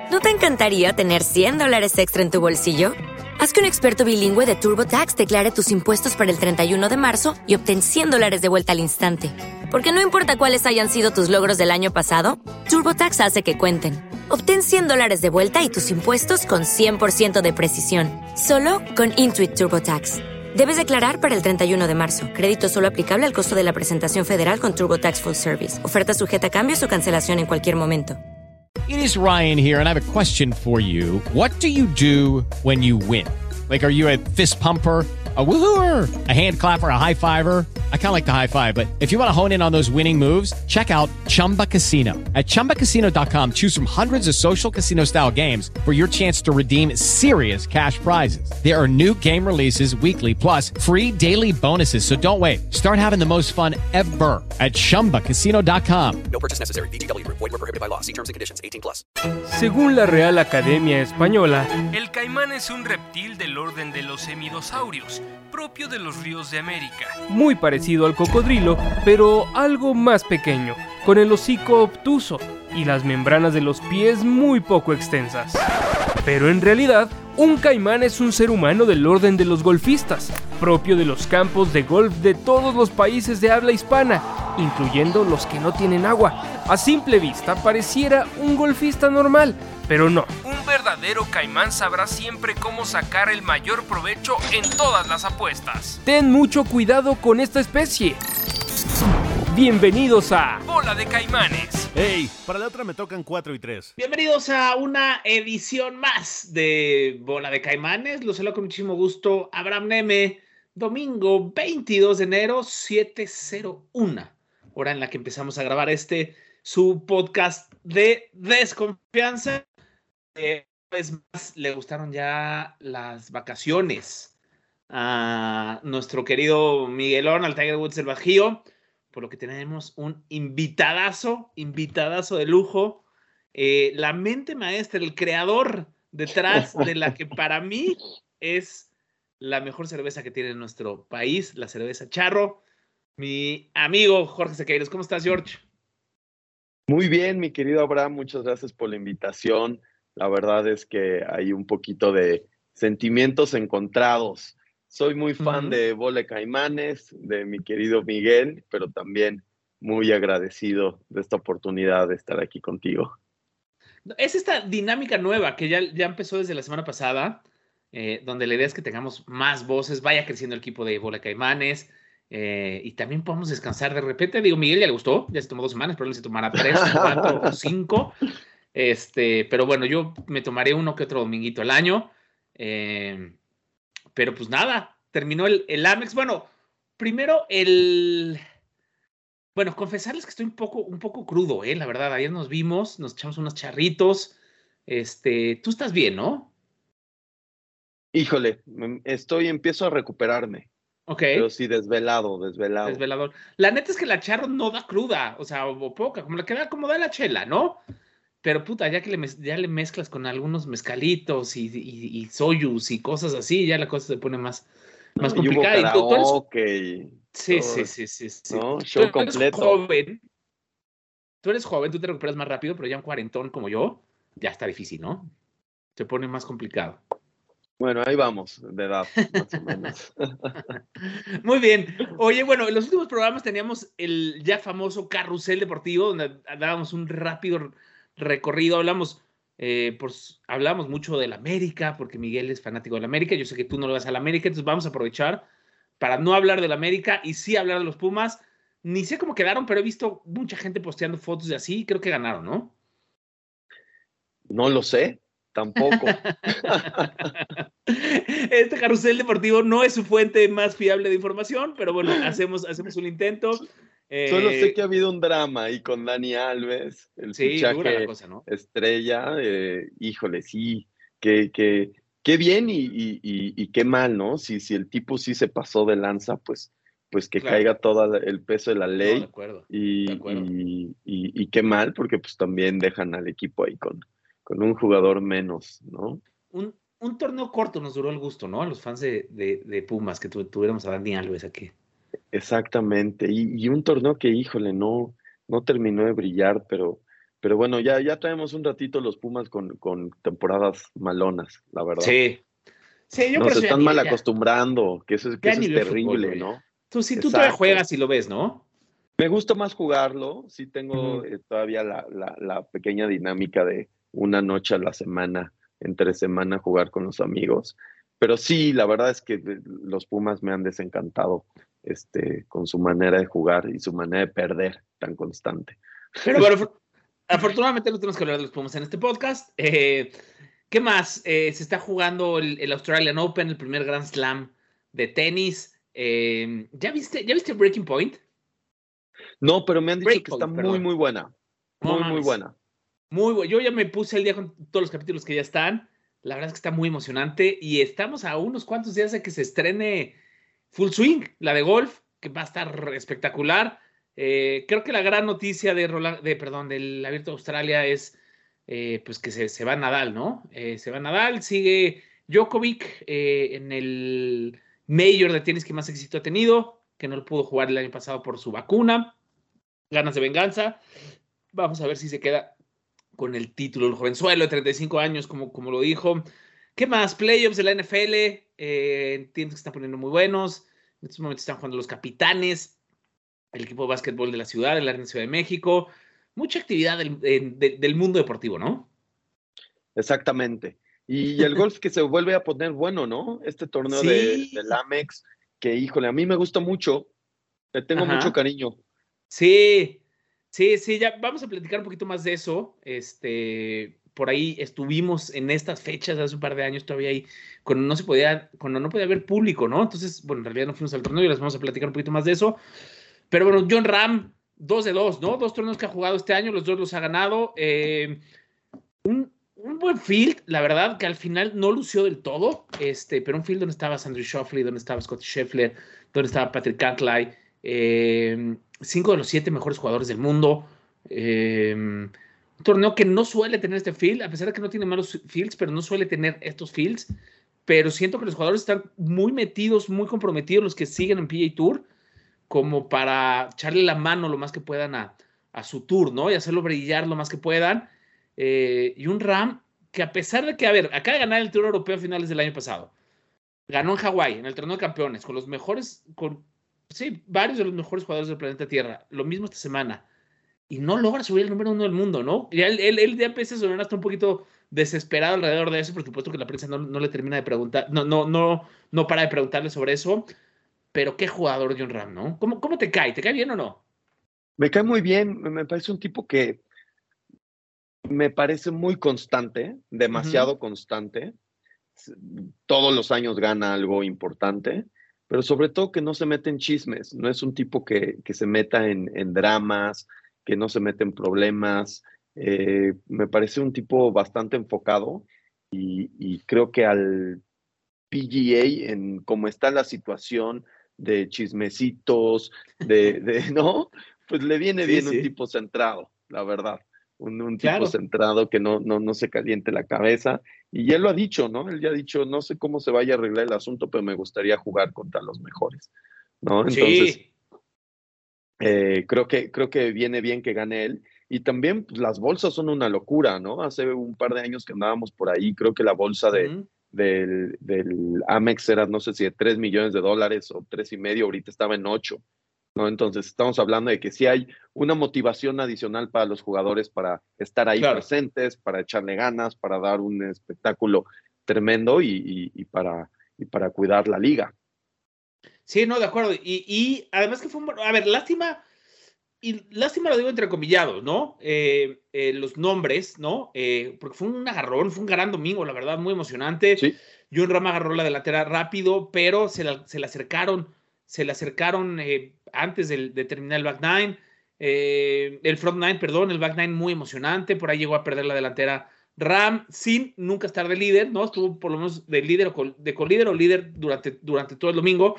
¿No te encantaría tener $100 extra en tu bolsillo? Haz que un experto bilingüe de TurboTax declare tus impuestos para el 31 de marzo y obtén $100 de vuelta al instante. Porque no importa cuáles hayan sido tus logros del año pasado, TurboTax hace que cuenten. Obtén $100 de vuelta y tus impuestos con 100% de precisión. Solo con Intuit TurboTax. Debes declarar para el 31 de marzo. Crédito solo aplicable al costo de la presentación federal con TurboTax Full Service. Oferta sujeta a cambios o cancelación en cualquier momento. It is Ryan here, and I have a question for you. What do you do when you win? Like, are you a fist pumper, a woo-hooer, a hand clapper, a high fiver? I kind of like the high five, but if you want to hone in on those winning moves, check out Chumba Casino. At ChumbaCasino.com, choose from hundreds of social casino-style games for your chance to redeem serious cash prizes. There are new game releases weekly, plus free daily bonuses, so don't wait. Start having the most fun ever at ChumbaCasino.com. No purchase necessary. VGW Group. Void where prohibited by law. See terms and conditions. 18+. Según la Real Academia Española, el caimán es un reptil del orden de los hemidosaurios, propio de los ríos de América, muy parecido al cocodrilo, pero algo más pequeño, con el hocico obtuso y las membranas de los pies muy poco extensas. Pero en realidad, un caimán es un ser humano del orden de los golfistas, propio de los campos de golf de todos los países de habla hispana, incluyendo los que no tienen agua. A simple vista pareciera un golfista normal, pero no. Un verdadero caimán sabrá siempre cómo sacar el mayor provecho en todas las apuestas. Ten mucho cuidado con esta especie. Bienvenidos a Bola de Caimanes. Hey, para la otra me tocan 4 y 3. Bienvenidos a una edición más de Bola de Caimanes. Los saludo con muchísimo gusto. Abraham Neme, domingo 22 de enero, 7:01, hora en la que empezamos a grabar su podcast de desconfianza. Una vez más, le gustaron ya las vacaciones a nuestro querido Miguelón, al Tiger Woods del Bajío, por lo que tenemos un invitadazo de lujo, la mente maestra, el creador detrás de la que para mí es la mejor cerveza que tiene nuestro país, la cerveza Charro, mi amigo Jorge Sequeiros. ¿Cómo estás, George? Muy bien, mi querido Abraham, muchas gracias por la invitación. La verdad es que hay un poquito de sentimientos encontrados. Soy muy fan de Bola de Caimanes, de mi querido Miguel, pero también muy agradecido de esta oportunidad de estar aquí contigo. Es esta dinámica nueva que ya empezó desde la semana pasada, donde la idea es que tengamos más voces, vaya creciendo el equipo de Bola de Caimanes, y también podamos descansar de repente. Digo, Miguel ya le gustó, ya se tomó 2 semanas, pero él se tomará 3, 4 o 5. Pero bueno, yo me tomaré uno que otro dominguito al año. Pero pues nada, terminó el Amex. Bueno, primero bueno, confesarles que estoy un poco crudo, la verdad. Ayer nos vimos, nos echamos unos charritos. Tú estás bien, ¿no? Híjole, empiezo a recuperarme. Ok. Pero sí, desvelado. Desvelador. La neta es que la Charro no da cruda, o sea, o poca, como da la chela, ¿no? Pero puta, ya le mezclas con algunos mezcalitos y soyus y cosas así, ya la cosa se pone más complicada. Y hubo karaoke. Sí. ¿No? Show completo. Tú eres joven, tú te recuperas más rápido, pero ya un cuarentón como yo, ya está difícil, ¿no? Se pone más complicado. Bueno, ahí vamos, de edad, más o menos. Muy bien. Oye, bueno, en los últimos programas teníamos el ya famoso carrusel deportivo, donde dábamos un rápido recorrido, hablamos mucho del América, porque Miguel es fanático del América, yo sé que tú no le vas al América, entonces vamos a aprovechar para no hablar del América y sí hablar de los Pumas. Ni sé cómo quedaron, pero he visto mucha gente posteando fotos de así, creo que ganaron, ¿no? No lo sé, tampoco. Este carrusel deportivo no es su fuente más fiable de información, pero bueno, hacemos un intento. Solo sé que ha habido un drama ahí con Dani Alves, el fichaje dura la cosa, ¿no? estrella. Híjole, sí, qué bien y qué mal, ¿no? Si el tipo sí se pasó de lanza, pues que claro, caiga todo el peso de la ley. No, de acuerdo. Y qué mal, porque pues también dejan al equipo ahí con un jugador menos, ¿no? Un torneo corto nos duró el gusto, ¿no? A los fans de Pumas, que tuviéramos a Dani Alves aquí. Exactamente, y un torneo que, híjole, no terminó de brillar, pero Pero bueno, ya traemos un ratito los Pumas con temporadas malonas, la verdad. Sí. Sí, yo por Nos eso están ya mal ya acostumbrando, que eso es ni veo fútbol, terrible, bro, ya. ¿no? Tú todavía Exacto. juegas y lo ves, ¿no? Me gusta más jugarlo, sí tengo Ujú. todavía la pequeña dinámica de una noche a la semana, entre semana, jugar con los amigos. Pero sí, la verdad es que los Pumas me han desencantado con su manera de jugar y su manera de perder tan constante. Pero bueno, afortunadamente no tenemos que hablar de los Pumas en este podcast. ¿Qué más? Se está jugando el Australian Open, el primer Grand Slam de tenis. ¿Ya viste Breaking Point? No, pero me han dicho que está Breakpoint, muy, perdón. muy buena. No Muy, muy mames. buena. Muy bueno. Yo ya me puse el día con todos los capítulos que ya están. La verdad es que está muy emocionante y estamos a unos cuantos días de que se estrene Full Swing, la de golf, que va a estar espectacular. Creo que la gran noticia del Abierto de Australia es pues que se va Nadal, ¿no? Se va Nadal, sigue Djokovic en el Major de tenis que más éxito ha tenido, que no lo pudo jugar el año pasado por su vacuna, ganas de venganza. Vamos a ver si se queda con el título, el jovenzuelo de 35 años, como lo dijo. ¿Qué más? Playoffs de la NFL, entiendo que se están poniendo muy buenos. En estos momentos están jugando los Capitanes, el equipo de básquetbol de la ciudad, el Arena Ciudad de México. Mucha actividad del mundo deportivo, ¿no? Exactamente. Y el golf que se vuelve a poner bueno, ¿no? Este torneo Sí. del Amex, que híjole, a mí me gusta mucho, le tengo Ajá. mucho cariño. Sí, ya vamos a platicar un poquito más de eso. Por ahí estuvimos en estas fechas hace un par de años todavía ahí, cuando no podía haber público, ¿no? Entonces, bueno, en realidad no fuimos al torneo y les vamos a platicar un poquito más de eso. Pero bueno, Jon Rahm, 2 de 2, ¿no? 2 torneos que ha jugado este año, los 2 los ha ganado. Un buen field, la verdad, que al final no lució del todo, pero un field donde estaba Andrew Schauffele, donde estaba Scott Scheffler, donde estaba Patrick Cantlay, 5 de los 7 mejores jugadores del mundo. Un torneo que no suele tener este field, a pesar de que no tiene malos fields, pero no suele tener estos fields. Pero siento que los jugadores están muy metidos, muy comprometidos, los que siguen en PGA Tour, como para echarle la mano lo más que puedan a su tour, ¿no? Y hacerlo brillar lo más que puedan. Y un Rahm que, a pesar de que, acaba de ganar el Tour Europeo a finales del año pasado, ganó en Hawái, en el torneo de campeones, con los mejores, varios de los mejores jugadores del planeta Tierra, lo mismo esta semana, y no logra subir el número 1 del mundo, ¿no? Y él ya empieza a sonar hasta un poquito desesperado alrededor de eso, por supuesto que la prensa no le termina de preguntar, no para de preguntarle sobre eso, pero qué jugador Jon Rahm, ¿no? ¿Cómo te cae? ¿Te cae bien o no? Me cae muy bien, me parece un tipo que me parece muy constante, demasiado constante. Todos los años gana algo importante, pero sobre todo que no se mete en chismes. No es un tipo que se meta en dramas, que no se mete en problemas. Me parece un tipo bastante enfocado y creo que al PGA, en cómo está la situación de chismecitos, ¿no? Pues le viene bien un tipo centrado, la verdad. Un tipo centrado que no se caliente la cabeza. Y él lo ha dicho, ¿no? Él ya ha dicho, no sé cómo se vaya a arreglar el asunto, pero me gustaría jugar contra los mejores, ¿no? Entonces, creo que viene bien que gane él. Y también pues, las bolsas son una locura, ¿no? Hace un par de años que andábamos por ahí, creo que la bolsa del Amex era, no sé si de $3 millones o 3.5, ahorita estaba en 8, ¿no? Entonces estamos hablando de que sí hay una motivación adicional para los jugadores para estar ahí presentes, para echarle ganas, para dar un espectáculo tremendo y para cuidar la liga. Sí, no, de acuerdo. Y además que fue lástima, y lástima lo digo entrecomillado, ¿no? Los nombres, ¿no? Porque fue un agarrón, fue un gran domingo, la verdad, muy emocionante. Sí. Jon Rahm agarró la delantera rápido, pero se le acercaron antes de terminar el back nine, el front nine, perdón, el back nine muy emocionante, por ahí llegó a perder la delantera Rahm, sin nunca estar de líder, ¿no? Estuvo por lo menos de líder de colíder o líder durante todo el domingo.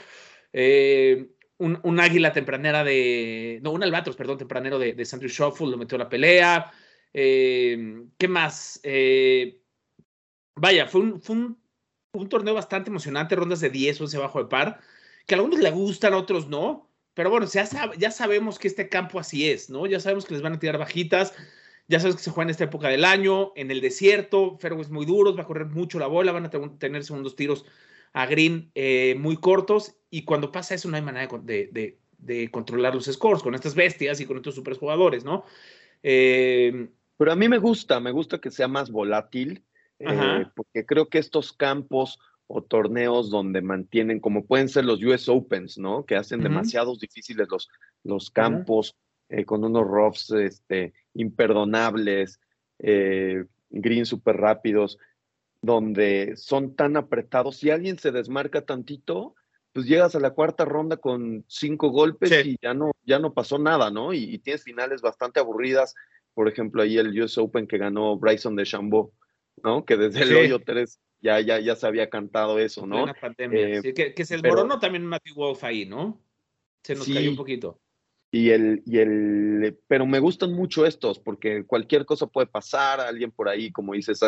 Un águila tempranera un albatros, perdón, tempranero de Andrew Schauffele lo metió a la pelea. ¿Qué más? Vaya, fue un torneo bastante emocionante, rondas de 10, 11 bajo de par, que a algunos les gustan, a otros no, pero bueno, ya sabemos que este campo así es, ¿no? Ya sabemos que les van a tirar bajitas, Ya sabes que se juega en esta época del año, en el desierto, fairways muy duros, va a correr mucho la bola, van a tener segundos tiros a green muy cortos, y cuando pasa eso no hay manera de controlar los scores con estas bestias y con estos super jugadores, ¿no? Pero a mí me gusta que sea más volátil, porque creo que estos campos o torneos donde mantienen, como pueden ser los US Opens, ¿no? Que hacen demasiados difíciles los campos, con unos roughs imperdonables, greens súper rápidos, donde son tan apretados. Si alguien se desmarca tantito, pues llegas a la cuarta ronda con 5 golpes y ya no pasó nada, ¿no? Y tienes finales bastante aburridas. Por ejemplo, ahí el US Open que ganó Bryson DeChambeau, ¿no? Que desde el hoyo 3 ya se había cantado eso, ¿no? Plena pandemia. Sí, que se desmoronó también Matthew Wolff ahí, ¿no? Se nos cayó un poquito. Pero me gustan mucho estos, porque cualquier cosa puede pasar. Alguien por ahí, como dices,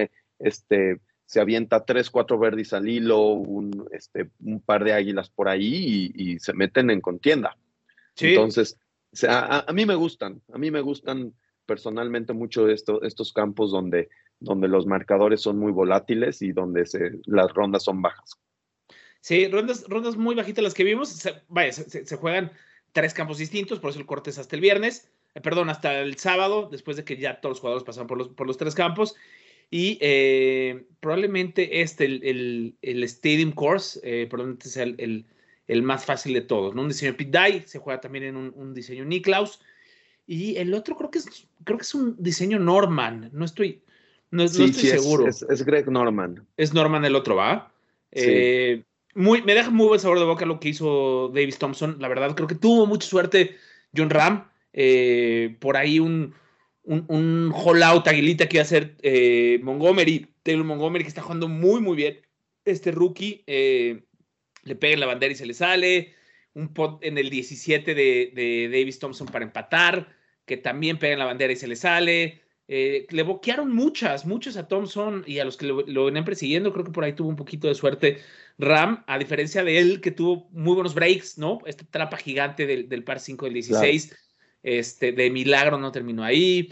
se avienta 3, 4 birdies al hilo, un par de águilas por ahí y se meten en contienda. Sí. Entonces, a mí me gustan personalmente mucho estos campos donde los marcadores son muy volátiles y donde las rondas son bajas. Sí, rondas muy bajitas las que vimos. Se juegan 3 campos distintos, por eso el corte es hasta el viernes, hasta el sábado, después de que ya todos los jugadores pasaron por los 3 campos. Y probablemente el Stadium Course, probablemente sea el más fácil de todos, ¿no? Un diseño Pete Dye, se juega también en un diseño Nicklaus. Y el otro creo que es un diseño Norman, no estoy seguro. Es Greg Norman. Es Norman el otro, ¿va? Sí. Me deja muy buen sabor de boca lo que hizo Davis Thompson. La verdad, creo que tuvo mucha suerte Jon Rahm. Por ahí un hole out aguilita que iba a hacer Taylor Montgomery, que está jugando muy, muy bien. Este rookie le pega en la bandera y se le sale. Un pot en el 17 de Davis Thompson para empatar, que también pega en la bandera y se le sale. Le boquearon muchas a Thompson y a los que lo venían persiguiendo. Creo que por ahí tuvo un poquito de suerte Rahm, a diferencia de él, que tuvo muy buenos breaks, ¿no? Esta trampa gigante del par 5 del 16, claro. De milagro no terminó ahí.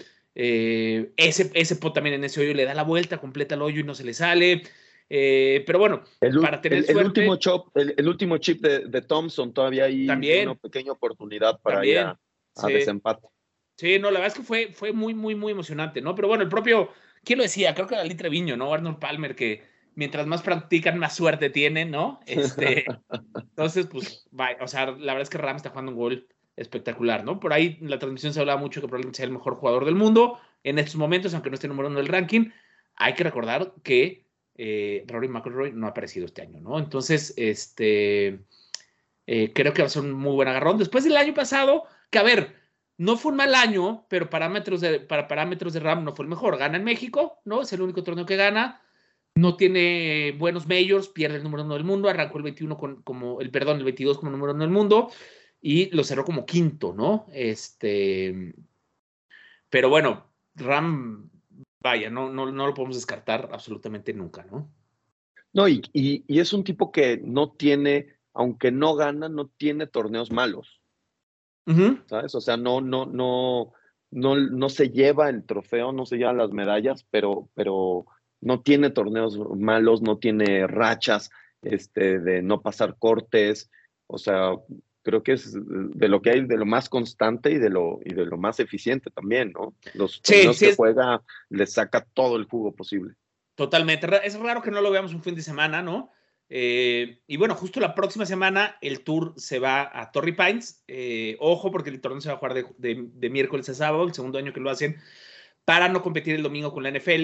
Ese pot también en ese hoyo le da la vuelta completa al hoyo y no se le sale. Pero bueno, para tener suerte... El último chip de Thompson, todavía hay una pequeña oportunidad para ir a desempate. Sí, no, la verdad es que fue muy, muy, muy emocionante, ¿no? Pero bueno, el propio, ¿quién lo decía? Creo que era Ali Treviño, ¿no? Arnold Palmer, que mientras más practican, más suerte tienen, ¿no? Entonces, pues, o sea, la verdad es que Rahm está jugando un gol espectacular, ¿no? Por ahí en la transmisión se hablaba mucho que probablemente sea el mejor jugador del mundo en estos momentos, aunque no esté número 1 del ranking. Hay que recordar que Rory McIlroy no ha aparecido este año, ¿no? Entonces, creo que va a ser un muy buen agarrón. Después del año pasado, que a ver, no fue un mal año, pero para parámetros de Rahm no fue el mejor. Gana en México, ¿no? Es el único torneo que gana. No tiene buenos majors, pierde el número 1 del mundo, arrancó el 22 como número 1 del mundo y lo cerró como quinto, ¿no? Pero bueno, Rahm, vaya, no lo podemos descartar absolutamente nunca, ¿no? No, y es un tipo que no tiene, aunque no gana, no tiene torneos malos. ¿Sabes? O sea, no se lleva el trofeo, no se lleva las medallas, pero no tiene torneos malos, no tiene rachas de no pasar cortes. O sea, creo que es de lo que hay, de lo más constante y de lo más eficiente también, ¿no? Los torneos que juega le saca todo el jugo posible. Totalmente. Es raro que no lo veamos un fin de semana, ¿no? Y bueno, justo la próxima semana el tour se va a Torrey Pines. Ojo, porque el torneo se va a jugar de miércoles a sábado, el segundo año que lo hacen, para no competir el domingo con la NFL.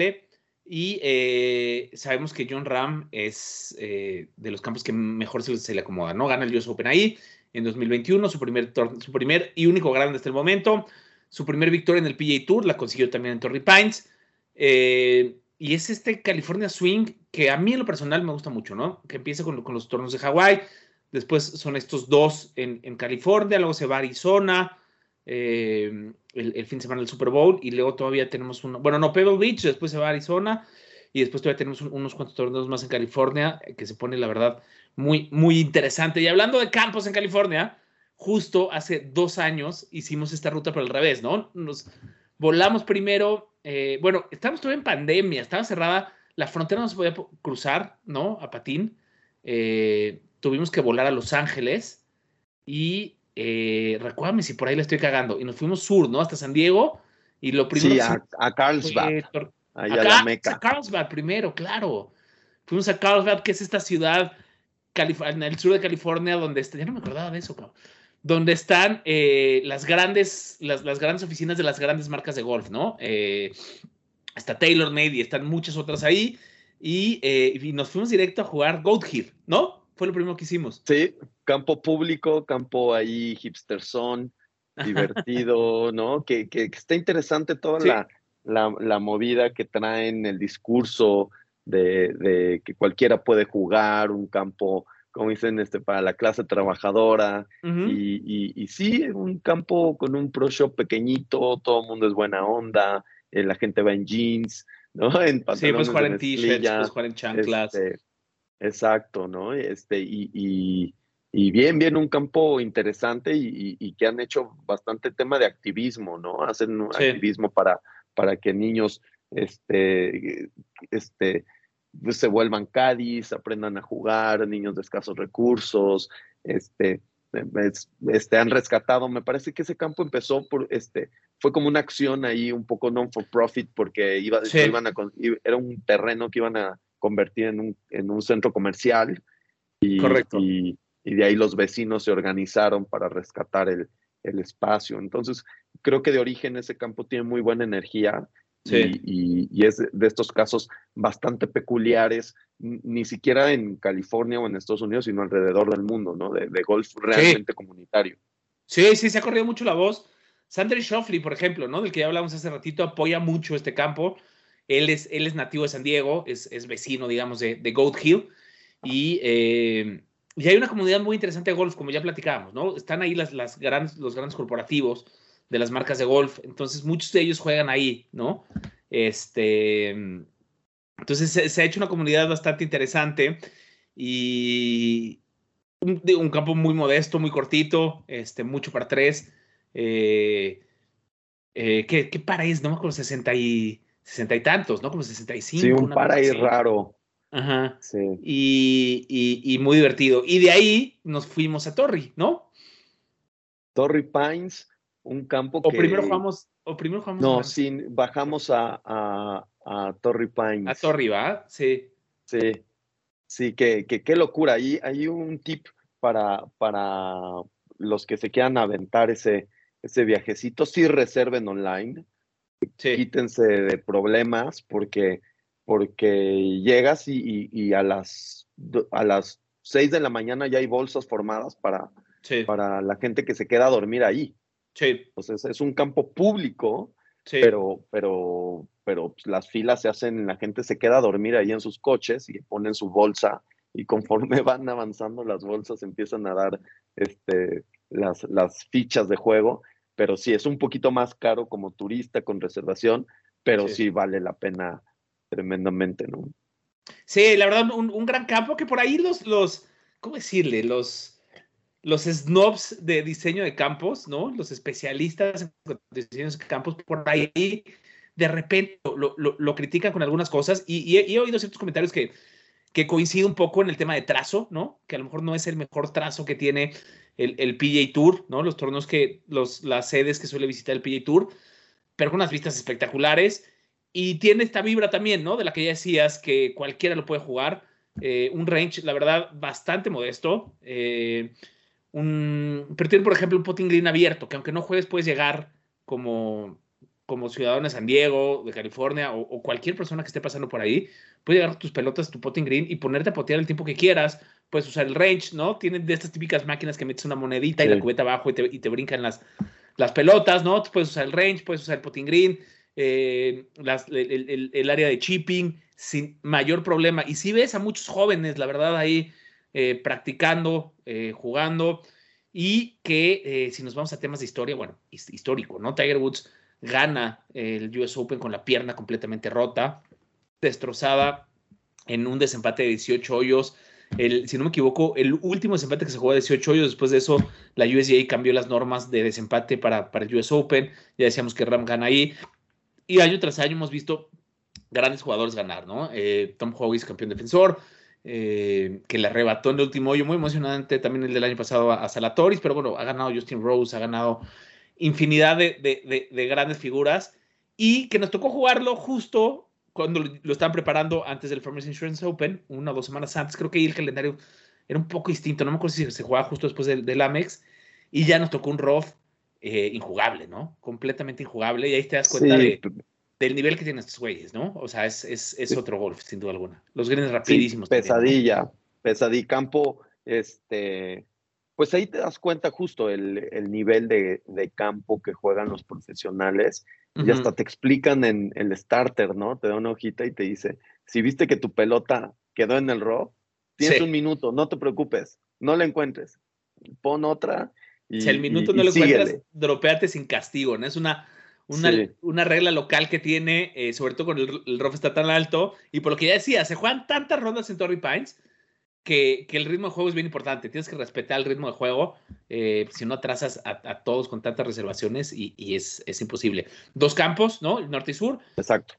Y sabemos que Jon Rahm es de los campos que mejor se le acomoda, ¿no? Gana el US Open ahí en 2021, su primer y único grande hasta el momento. Su primer victoria en el PGA Tour la consiguió también en Torrey Pines. Y es California Swing que a mí en lo personal me gusta mucho, ¿no? Que empieza con los torneos de Hawái, después son estos 2 en California, luego se va a Arizona, el fin de semana del Super Bowl, y luego todavía tenemos Pebble Beach, después se va a Arizona, y después todavía tenemos unos cuantos torneos más en California, que se pone, la verdad, muy, muy interesante. Y hablando de campos en California, justo hace 2 años hicimos esta ruta por el revés, ¿no? volamos primero, bueno, estábamos todavía en pandemia, estaba cerrada, la frontera no se podía cruzar, ¿no? A patín. Tuvimos que volar a Los Ángeles y recuérdame si por ahí la estoy cagando. Y nos fuimos sur, ¿no? Hasta San Diego. Y lo primero Sí, a Carlsbad, allá a la Meca. A Carlsbad primero, claro. Fuimos a Carlsbad, que es esta ciudad en el sur de California, donde está, ya no me acordaba de eso, cabrón, donde están las grandes oficinas de las grandes marcas de golf, ¿no? Está TaylorMade y están muchas otras ahí. Y nos fuimos directo a jugar Goat Hill, ¿no? Fue lo primero que hicimos. Sí, campo público, campo ahí hipsterzón, divertido, ¿no? Que está interesante toda Sí. la movida que traen, el discurso de que cualquiera puede jugar, un campo, como dicen, para la clase trabajadora. Uh-huh. Y sí, un campo con un pro shop pequeñito, todo el mundo es buena onda, la gente va en jeans, ¿no? En pantalones sí, puedes jugar de en t-shirts, mezclilla, puedes jugar en chanclas. Exacto, ¿no? Y bien, un campo interesante y que han hecho bastante tema de activismo, ¿no? Hacen un activismo para que niños se vuelvan caddies, aprendan a jugar, niños de escasos recursos, han rescatado, me parece que ese campo empezó fue como una acción ahí un poco non-for-profit porque era un terreno que iban a convertir en un centro comercial Correcto. Y de ahí los vecinos se organizaron para rescatar el espacio. Entonces, creo que de origen ese campo tiene muy buena energía. Sí. Y es de estos casos bastante peculiares, ni siquiera en California o en Estados Unidos, sino alrededor del mundo, ¿no? De golf realmente comunitario. Sí, se ha corrido mucho la voz. Sandra Schauffele, por ejemplo, ¿no? Del que ya hablamos hace ratito, apoya mucho este campo. Él es nativo de San Diego, es vecino, digamos, de Goat Hill. Y hay una comunidad muy interesante de golf, como ya platicábamos, ¿no? Están ahí los grandes corporativos de las marcas de golf, entonces muchos de ellos juegan ahí, ¿no? Entonces se ha hecho una comunidad bastante interesante y un campo muy modesto, muy cortito, mucho para tres. ¿Qué para es? No me acuerdo, 60 y tantos, ¿no? Como 65. Sí, un para ahí raro. Ajá. Sí. Y muy divertido. Y de ahí nos fuimos a Torrey, ¿no? Torrey Pines, un campo que... Primero jugamos no, sí, bajamos a Torrey Pines. A Torrey, ¿va? Sí. Sí, qué locura. Hay un tip para los que se quieran aventar ese viajecito. Sí, reserven online. Sí. Quítense de problemas porque llegas y a las 6 de la mañana ya hay bolsas formadas para la gente que se queda a dormir ahí. Sí. Entonces es un campo público, sí. pero las filas se hacen, la gente se queda a dormir ahí en sus coches y ponen su bolsa y conforme van avanzando las bolsas empiezan a dar las fichas de juego, pero sí es un poquito más caro como turista con reservación, pero sí vale la pena tremendamente, ¿no? Sí, la verdad, un gran campo que por ahí ¿cómo decirle? Los snobs de diseño de campos, ¿no? Los especialistas en diseño de campos, por ahí de repente lo critican con algunas cosas y he oído ciertos comentarios que coincide un poco en el tema de trazo, ¿no? Que a lo mejor no es el mejor trazo que tiene el PGA Tour, ¿no? Los torneos las sedes que suele visitar el PGA Tour, pero con unas vistas espectaculares. Y tiene esta vibra también, ¿no? De la que ya decías, que cualquiera lo puede jugar. Un range, la verdad, bastante modesto. Pero tiene, por ejemplo, un putting green abierto, que aunque no juegues, puedes llegar como ciudadano de San Diego, de California, o cualquier persona que esté pasando por ahí, puedes llegar tus pelotas, tu putting green, y ponerte a potear el tiempo que quieras. Puedes usar el range, ¿no? Tienen de estas típicas máquinas que metes una monedita y la cubeta abajo y te brincan las pelotas, ¿no? Puedes usar el range, puedes usar el putting green, el área de chipping sin mayor problema. Y si ves a muchos jóvenes, la verdad, ahí practicando, jugando, y que si nos vamos a temas de historia, bueno, histórico, ¿no? Tiger Woods gana el US Open con la pierna completamente rota, destrozada en un desempate de 18 hoyos. Si no me equivoco, el último desempate que se jugó de 18 hoyos, después de eso la USGA cambió las normas de desempate para el US Open. Ya decíamos que Ram gana ahí. Y año tras año hemos visto grandes jugadores ganar, ¿no? Tom Hoagie, campeón defensor, que le arrebató en el último hoyo, muy emocionante también el del año pasado a Zalatoris, pero bueno, ha ganado Justin Rose, ha ganado infinidad de grandes figuras, y que nos tocó jugarlo justo cuando lo estaban preparando antes del Farmers Insurance Open, 1 o 2 semanas antes. Creo que ahí el calendario era un poco distinto, no me acuerdo si se jugaba justo después del Amex, y ya nos tocó un rough injugable, ¿no? Completamente injugable, y ahí te das cuenta del nivel que tienen estos güeyes, ¿no? O sea, es otro golf, sin duda alguna. Los greens rapidísimos. Sí, pesadilla, también, ¿no? pesadilla, campo, pues ahí te das cuenta justo el nivel de campo que juegan los profesionales, y hasta te explican en el starter, ¿no? Te da una hojita y te dice, si viste que tu pelota quedó en el rough, tienes un minuto, no te preocupes, no la encuentres, pon otra. Si al minuto no lo encuentras, dropeate sin castigo, ¿no? Es una regla local que tiene, sobre todo cuando el rough está tan alto, y por lo que ya decía, se juegan tantas rondas en Torrey Pines que el ritmo de juego es bien importante. Tienes que respetar el ritmo de juego, si no atrasas a todos con tantas reservaciones, y es imposible. 2 campos, ¿no? El norte y sur. Exacto.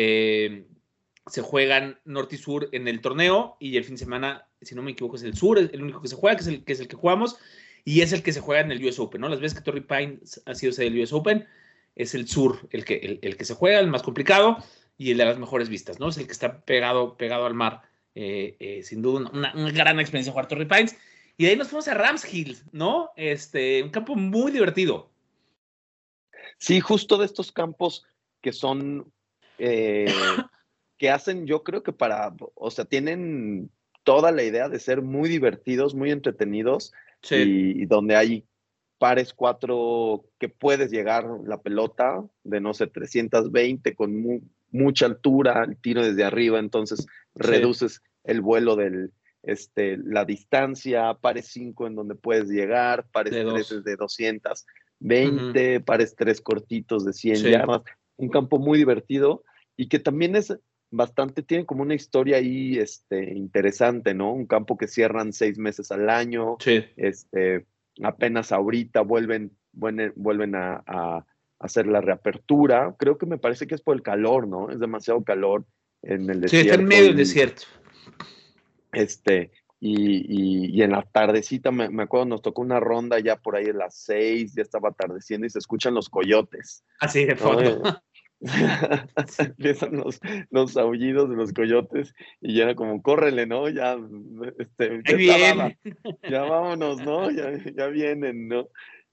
Se juegan norte y sur en el torneo, y el fin de semana, si no me equivoco, es el sur, el único que se juega, que es el que jugamos, y es el que se juega en el US Open, ¿no? Las veces que Torrey Pines ha sido sede del US Open, es el sur el que se juega, el más complicado, y el de las mejores vistas, ¿no? Es el que está pegado al mar. Sin duda, una gran experiencia jugar Torrey Pines. Y de ahí nos fuimos a Rams Hill, ¿no? Un campo muy divertido. Sí, justo de estos campos que son, que hacen, yo creo que tienen toda la idea de ser muy divertidos, muy entretenidos, sí. y donde hay pares 4 que puedes llegar la pelota de, no sé, 320 con mucha altura, el tiro desde arriba, entonces reduces el vuelo la distancia, pares 5 en donde puedes llegar, pares 3 de 220, pares 3 cortitos de 100 yardas, un campo muy divertido, y que también es bastante, tiene como una historia ahí interesante, ¿no? Un campo que cierran 6 meses al año, apenas ahorita vuelven a hacer la reapertura. Creo que me parece que es por el calor, ¿no? Es demasiado calor en el desierto. Sí, está en medio del desierto. Y en la tardecita, me acuerdo, nos tocó una ronda ya por ahí a las 6, ya estaba atardeciendo y se escuchan los coyotes. Así de fondo. ¿No? Empiezan los aullidos de los coyotes, y ya era como, córrele, ¿no? Ya vámonos, ¿no? Ya vienen, ¿no?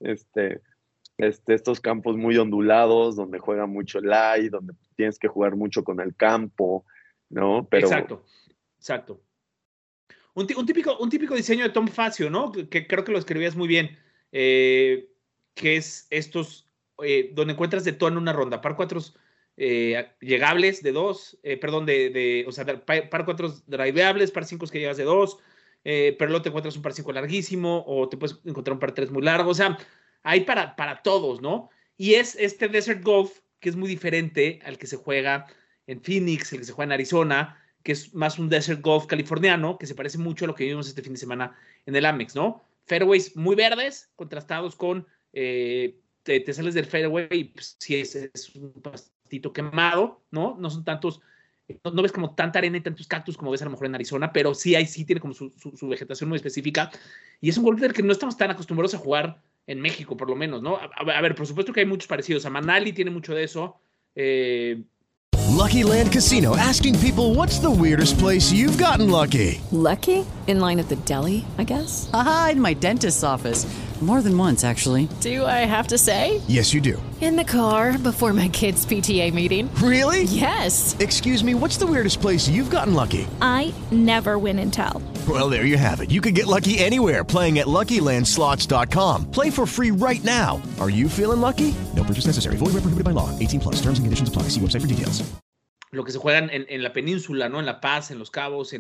Estos campos muy ondulados, donde juega mucho el aire, donde tienes que jugar mucho con el campo, ¿no? Pero... Exacto. Un típico diseño de Tom Facio, ¿no? Que creo que lo escribías muy bien, que es estos, donde encuentras de todo en una ronda, par 4 llegables de 2, o sea, par 4 driveables, par 5 que llegas de 2, pero luego te encuentras un par 5 larguísimo, o te puedes encontrar un par 3 muy largo, o sea, hay para todos, ¿no? Y es este Desert Golf, que es muy diferente al que se juega en Phoenix, el que se juega en Arizona, que es más un Desert Golf californiano, que se parece mucho a lo que vimos este fin de semana en el Amex, ¿no? Fairways muy verdes, contrastados con, te sales del fairway y pues, sí es un pastito quemado, ¿no? No son tantos, no ves como tanta arena y tantos cactus como ves a lo mejor en Arizona, pero sí tiene como su vegetación muy específica, y es un golf del que no estamos tan acostumbrados a jugar en México, por lo menos, ¿no? A ver, por supuesto que hay muchos parecidos. A Manali tiene mucho de eso. Lucky Land Casino, asking people, what's the weirdest place you've gotten lucky? Lucky? In line at the deli, I guess? Aha, in my dentist's office. More than once, actually. Do I have to say? Yes, you do. In the car before my kids' PTA meeting. Really? Yes. Excuse me, what's the weirdest place you've gotten lucky? I never win and tell. Well, there you have it. You can get lucky anywhere, playing at LuckyLandSlots.com. Play for free right now. Are you feeling lucky? No purchase necessary. Void where prohibited by law. 18+. Terms and conditions apply. See website for details. Lo que se juegan en la península, ¿no? En La Paz, en Los Cabos,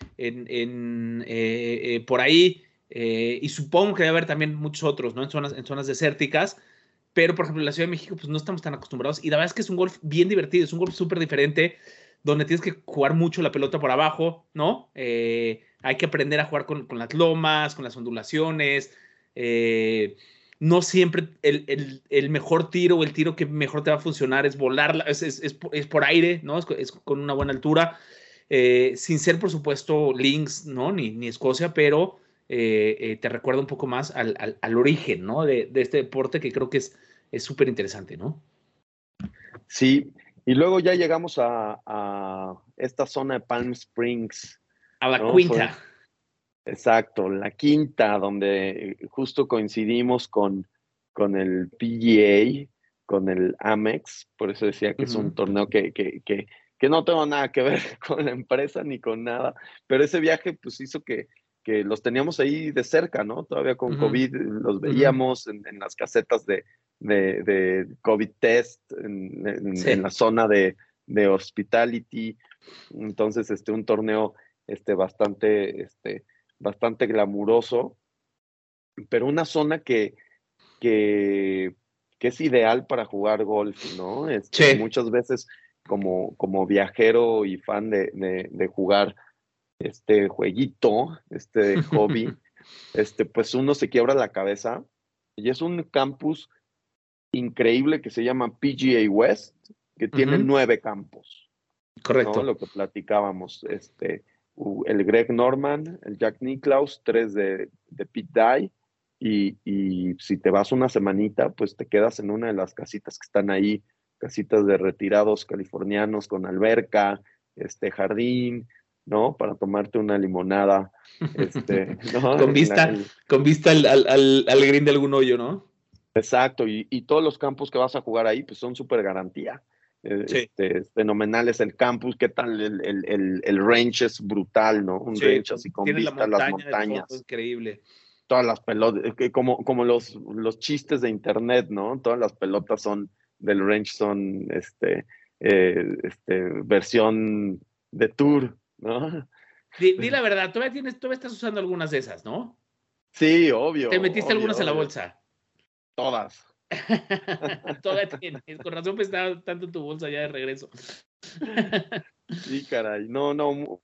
por ahí. Y supongo que debe haber también muchos otros, ¿no? En zonas desérticas. Pero, por ejemplo, en la Ciudad de México, pues no estamos tan acostumbrados. Y la verdad es que es un golf bien divertido. Es un golf súper diferente, donde tienes que jugar mucho la pelota por abajo, ¿no? Hay que aprender a jugar con las lomas, con las ondulaciones. no siempre el mejor tiro o el tiro que mejor te va a funcionar es volar, es por aire, ¿no? Es con una buena altura, sin ser, por supuesto, links, ¿no? Ni Escocia, pero te recuerda un poco más al origen, ¿no? De este deporte, que creo que es súper interesante, ¿no? Sí, y luego ya llegamos a esta zona de Palm Springs. A la ¿no? quinta. Exacto, la quinta, donde justo coincidimos con el PGA, con el Amex, por eso decía que es un torneo que no tengo nada que ver con la empresa ni con nada, pero ese viaje pues hizo que los teníamos ahí de cerca, ¿no? Todavía con COVID los veíamos en las casetas de COVID test, en la zona de hospitality. Entonces, un torneo bastante glamuroso, pero una zona que es ideal para jugar golf, ¿no? Muchas veces como viajero y fan de jugar este jueguito, hobby, pues uno se quiebra la cabeza, y es un campus increíble que se llama PGA West, que tiene 9 campos. Correcto. ¿no? Lo que platicábamos, el Greg Norman, el Jack Nicklaus, 3 de Pete Dye, y si te vas una semanita, pues te quedas en una de las casitas que están ahí, casitas de retirados californianos con alberca, jardín, ¿no? Para tomarte una limonada, ¿no? con vista al green de algún hoyo, ¿no? Exacto, y todos los campos que vas a jugar ahí, pues son súper garantía. Sí. Fenomenal es el campus, qué tal el range es brutal, ¿no? Un range así con vista a las montañas. Increíble. Todas las pelotas, como los chistes de internet, ¿no? Todas las pelotas del range son versión de tour, ¿no? Di la verdad, todavía estás usando algunas de esas, ¿no? Sí, obvio. ¿Te metiste algunas obvio. a la bolsa? Todas. Todavía tienes, con razón pues estaba tanto en tu bolsa ya de regreso. Sí, caray, no,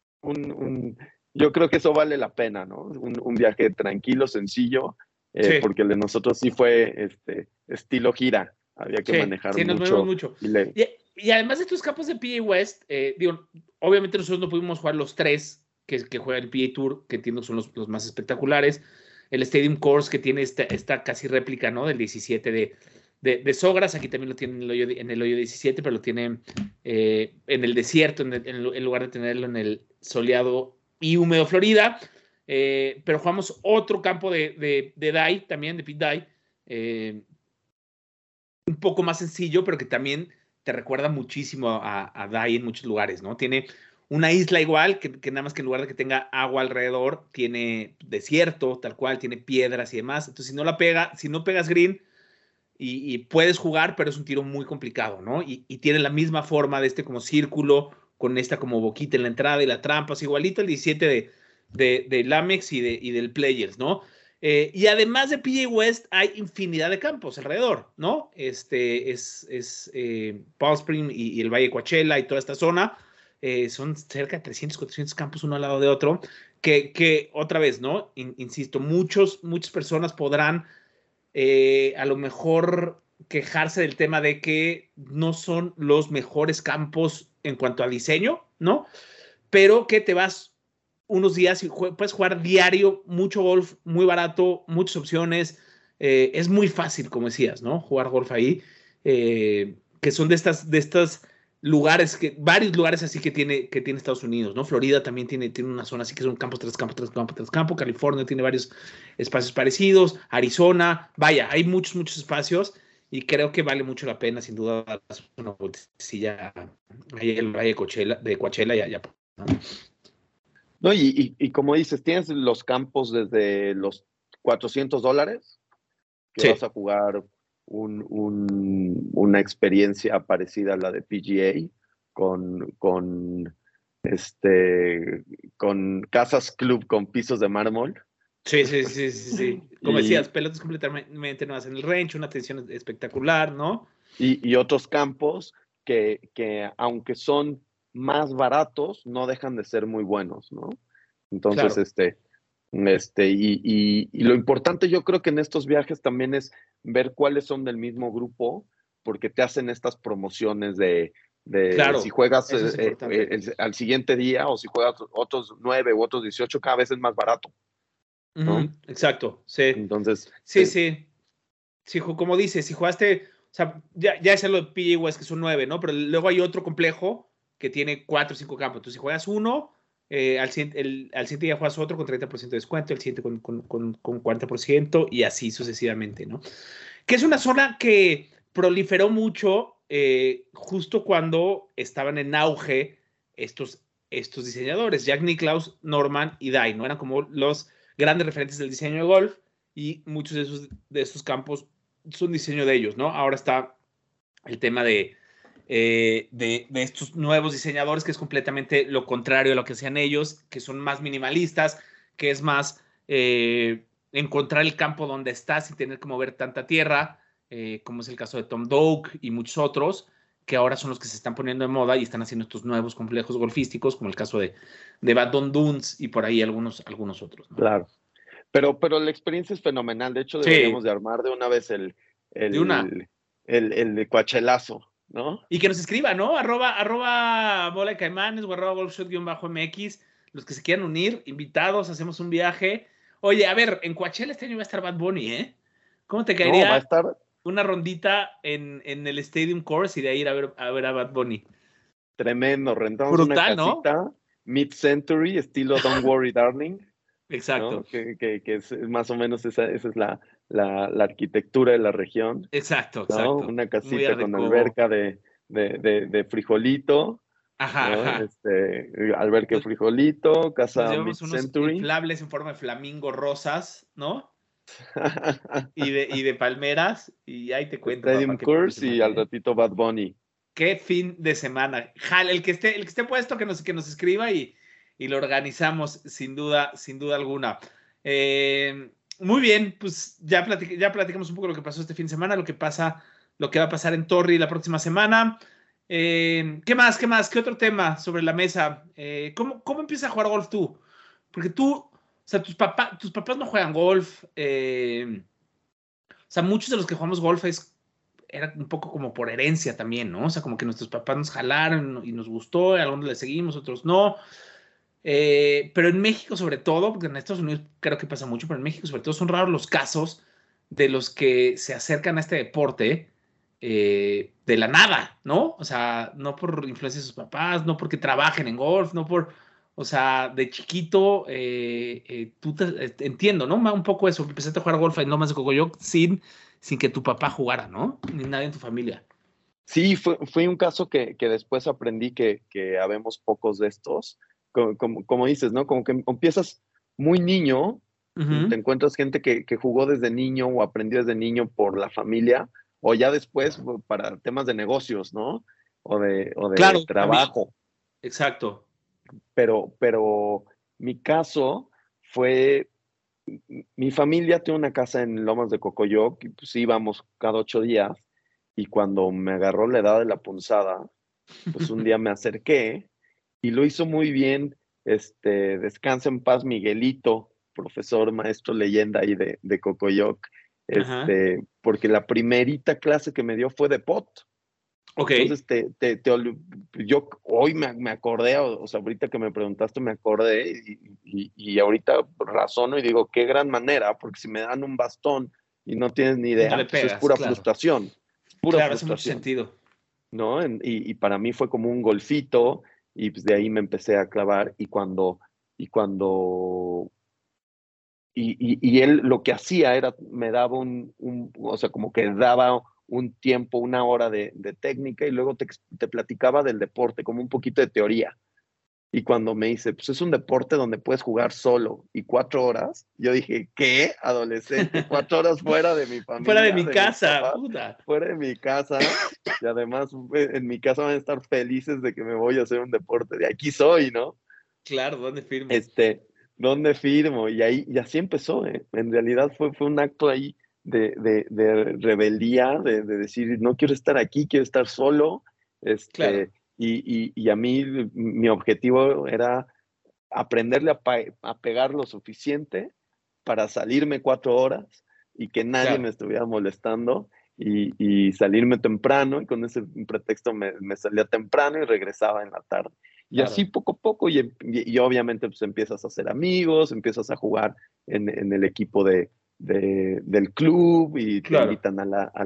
yo creo que eso vale la pena, ¿no? Un viaje tranquilo, sencillo, sí. Porque el de nosotros sí fue estilo gira, había que manejar mucho. Nos movemos mucho. Y además de estos campos de PGA West, obviamente nosotros no pudimos jugar los 3 que juega el PGA Tour, que entiendo que son los más espectaculares. El Stadium Course, que tiene esta casi réplica, ¿no? Del 17 de Sogras. Aquí también lo tiene en el hoyo 17, pero lo tiene en el desierto, en lugar de tenerlo en el soleado y húmedo Florida. Pero jugamos otro campo de Dye, también de Pete Dye. Un poco más sencillo, pero que también te recuerda muchísimo a Dye en muchos lugares, ¿no? Tiene una isla igual, que nada más que en lugar de que tenga agua alrededor, tiene desierto, tal cual, tiene piedras y demás. Entonces, si no pegas green, y puedes jugar, pero es un tiro muy complicado, ¿no? Y tiene la misma forma de como círculo, con esta como boquita en la entrada y la trampa, es igualito el 17 del Amex y del Players, ¿no? Y además de PGA West, hay infinidad de campos alrededor, ¿no? Palm Springs y el Valle de Coachella y toda esta zona. Son cerca de 300, 400 campos uno al lado de otro, que otra vez, ¿no? Insisto, muchas personas podrán a lo mejor quejarse del tema de que no son los mejores campos en cuanto a diseño, ¿no? Pero que te vas unos días y puedes jugar diario, mucho golf, muy barato, muchas opciones, es muy fácil, como decías, ¿no? Jugar golf ahí, que son de estas lugares, varios lugares así que tiene Estados Unidos, ¿no? Florida también tiene una zona así que son campos tras campo, California tiene varios espacios parecidos, Arizona, vaya, hay muchos espacios, y creo que vale mucho la pena, sin duda, una vueltecilla ahí en el Valle de Coachella y allá, ¿no? No, y como dices, tienes los campos desde los $400, que sí. vas a jugar una experiencia parecida a la de PGA, con casas club con pisos de mármol. Sí. Como decías, pelotas completamente nuevas en el range, una atención espectacular, ¿no? Y otros campos que aunque son más baratos, no dejan de ser muy buenos, ¿no? Entonces, claro. Y lo importante yo creo que en estos viajes también es ver cuáles son del mismo grupo, porque te hacen estas promociones de Claro, si juegas eso es importante. al siguiente día o si juegas otros 9 u otros 18, cada vez es más barato, ¿no? Exacto, sí. Entonces, Sí. Sí, como dices, si jugaste, o sea, ya es lo de PGA West, que son 9, ¿no? Pero luego hay otro complejo que tiene 4 o 5 campos. Entonces, si juegas uno, al siguiente día juegas otro con 30% de descuento, el siguiente con 40% y así sucesivamente, ¿no? Que es una zona que proliferó mucho justo cuando estaban en auge estos diseñadores, Jack Nicklaus, Norman y Dye, ¿no? Eran como los grandes referentes del diseño de golf y muchos de esos campos son diseño de ellos, ¿no? Ahora está el tema de estos nuevos diseñadores, que es completamente lo contrario a lo que hacían ellos, que son más minimalistas, que es más encontrar el campo donde estás sin tener que mover tanta tierra, como es el caso de Tom Doak y muchos otros, que ahora son los que se están poniendo de moda y están haciendo estos nuevos complejos golfísticos, como el caso de Bandon Dunes y por ahí algunos otros, ¿no? Claro. Pero la experiencia es fenomenal. De hecho, deberíamos de armar de una vez el de Coachelazo, ¿no? Y que nos escriba, ¿no? @ bola de caimanes o @ golfshot_mx. Los que se quieran unir, invitados, hacemos un viaje. Oye, a ver, en Coachella este año va a estar Bad Bunny, ¿eh? ¿Cómo te caería va a estar una rondita en el Stadium Course y de ahí ir a ver a Bad Bunny? Tremendo. Rentamos brutal, una casita, ¿no? Mid-century, estilo Don't Worry Darling. Exacto. ¿No? Que es más o menos esa es la arquitectura de la región. Exacto. Una casita con alberca de frijolito. Ajá. Alberca de frijolito, casa Mid-Century. Unos inflables en forma de flamingo rosas, ¿no? y de palmeras, y ahí te cuento. Stadium Course y al ratito Bad Bunny. Qué fin de semana. El que esté puesto que nos escriba y lo organizamos sin duda alguna. Muy bien, pues ya platicamos un poco lo que pasó este fin de semana, lo que va a pasar en Torrey la próxima semana. ¿Qué más? ¿Qué otro tema sobre la mesa? ¿Cómo empiezas a jugar golf tú? Porque tú, o sea, tus papás no juegan golf. O sea, muchos de los que jugamos golf era un poco como por herencia también, ¿no? O sea, como que nuestros papás nos jalaron y nos gustó, a algunos les seguimos, otros no. Pero en México sobre todo, porque en Estados Unidos creo que pasa mucho, pero en México sobre todo son raros los casos de los que se acercan a este deporte de la nada, ¿no? O sea, no por influencia de sus papás, no porque trabajen en golf, no por, o sea, de chiquito, entiendo, ¿no? Un poco eso, empezaste a jugar golf en Lomas de Cocoyoc sin que tu papá jugara, ¿no? Ni nadie en tu familia. Sí, fue un caso que después aprendí que habemos pocos de estos. Como dices, ¿no? Como que empiezas muy niño, te encuentras gente que jugó desde niño o aprendió desde niño por la familia, o ya después para temas de negocios, ¿no? O de trabajo. También. Exacto. Pero mi caso fue, mi familia tiene una casa en Lomas de Cocoyoc, y pues íbamos cada 8 días, y cuando me agarró la edad de la punzada, pues un día me acerqué, y lo hizo muy bien, descansa en paz Miguelito, profesor, maestro, leyenda ahí de Cocoyoc, porque la primerita clase que me dio fue de pot. Ok. Entonces, yo hoy me acordé, o sea, ahorita que me preguntaste me acordé, y ahorita razono y digo, qué gran manera, porque si me dan un bastón y no tienes ni idea, no le pegas, es pura claro. frustración. Claro, hace mucho sentido. ¿No? Y para mí fue como un golfito, y pues de ahí me empecé a clavar, y él lo que hacía era, me daba o sea, como que daba un tiempo, una hora de técnica, y luego te platicaba del deporte, como un poquito de teoría. Y cuando me dice, pues es un deporte donde puedes jugar solo, y 4 horas, yo dije, ¿qué? Adolescente, 4 horas fuera de mi familia. Fuera de mi casa, puta. Fuera de mi casa, y además en mi casa van a estar felices de que me voy a hacer un deporte. De aquí soy, ¿no? Claro, ¿dónde firmo? ¿Dónde firmo? Y así empezó, ¿eh? En realidad fue un acto ahí de rebeldía, de decir, no quiero estar aquí, quiero estar solo. Claro. Y a mí mi objetivo era aprenderle a pegar lo suficiente para salirme 4 horas y que nadie Claro. me estuviera molestando y salirme temprano, y con ese pretexto me salía temprano y regresaba en la tarde. Y así Claro. poco a poco, y obviamente pues empiezas a hacer amigos, empiezas a jugar en el equipo del club y te Claro. invitan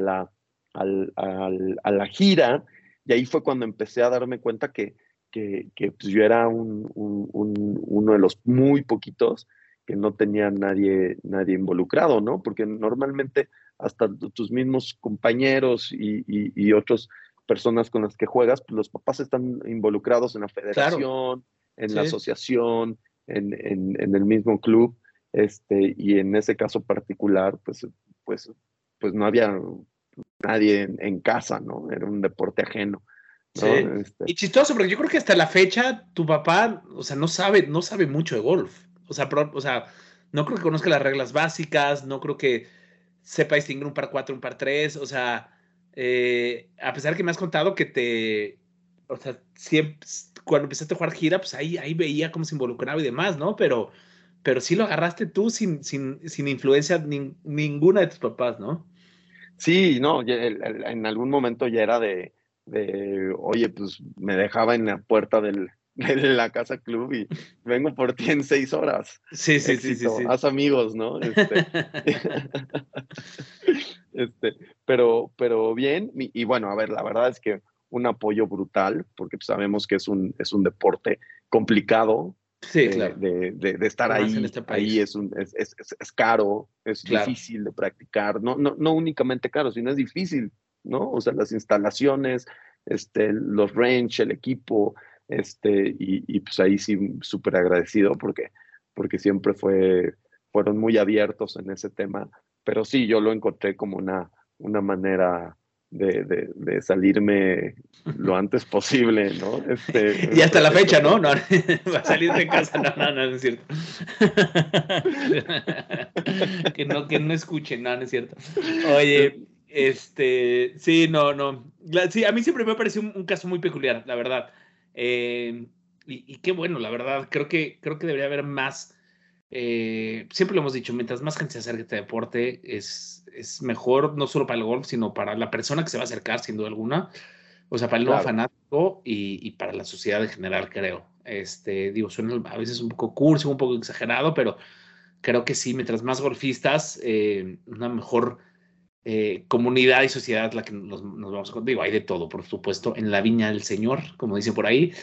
a la gira, y ahí fue cuando empecé a darme cuenta que pues yo era uno de los muy poquitos que no tenía nadie involucrado, ¿no? Porque normalmente hasta tus mismos compañeros y otras personas con las que juegas, pues los papás están involucrados en la Claro. federación, en la Sí. asociación, en el mismo club, y en ese caso particular, pues no había nadie en casa, ¿no? Era un deporte ajeno, Sí. ¿no? Y chistoso, porque yo creo que hasta la fecha tu papá, o sea, no sabe mucho de golf. O sea, no creo que conozca las reglas básicas, no creo que sepa distinguir un par 4, un par 3. O sea, a pesar que me has contado o sea, siempre, cuando empezaste a jugar gira, pues ahí veía cómo se involucraba y demás, ¿no? Pero sí lo agarraste tú sin influencia ninguna de tus papás, ¿no? Sí, no, en algún momento ya era oye, pues me dejaba en la puerta de la casa club y vengo por ti en 6 horas. Sí, sí, sí, sí, Éxito, sí. haz amigos, ¿no? Este, pero bien, y bueno, a ver, la verdad es que un apoyo brutal, porque pues, sabemos que es un deporte complicado Sí, claro. de estar Y más en ahí. este Ahí país. es caro, es Claro. difícil de practicar, no únicamente caro, sino es difícil, ¿no? O sea, las instalaciones, los range, el equipo, y pues ahí sí súper agradecido porque siempre fueron muy abiertos en ese tema, pero sí, yo lo encontré como una manera de salirme lo antes posible, ¿no? Y Un hasta la pretexto fecha, ¿no? como No, va a salir de casa. No es cierto. Que no escuchen, no es cierto. Oye, sí, no. Sí, a mí siempre me ha parecido un caso muy peculiar, la verdad. Y qué bueno, la verdad. Creo que debería haber más. Siempre lo hemos dicho, mientras más gente se acerque a este deporte, es mejor, no solo para el golf, sino para la persona que se va a acercar, sin duda alguna. O sea, para el nuevo Claro. fanático y para la sociedad en general, creo. Digo, suena a veces un poco cursi, un poco exagerado, pero creo que sí, mientras más golfistas, una mejor comunidad y sociedad la que nos vamos a contigo. Hay de todo, por supuesto, en la viña del Señor, como dice por ahí.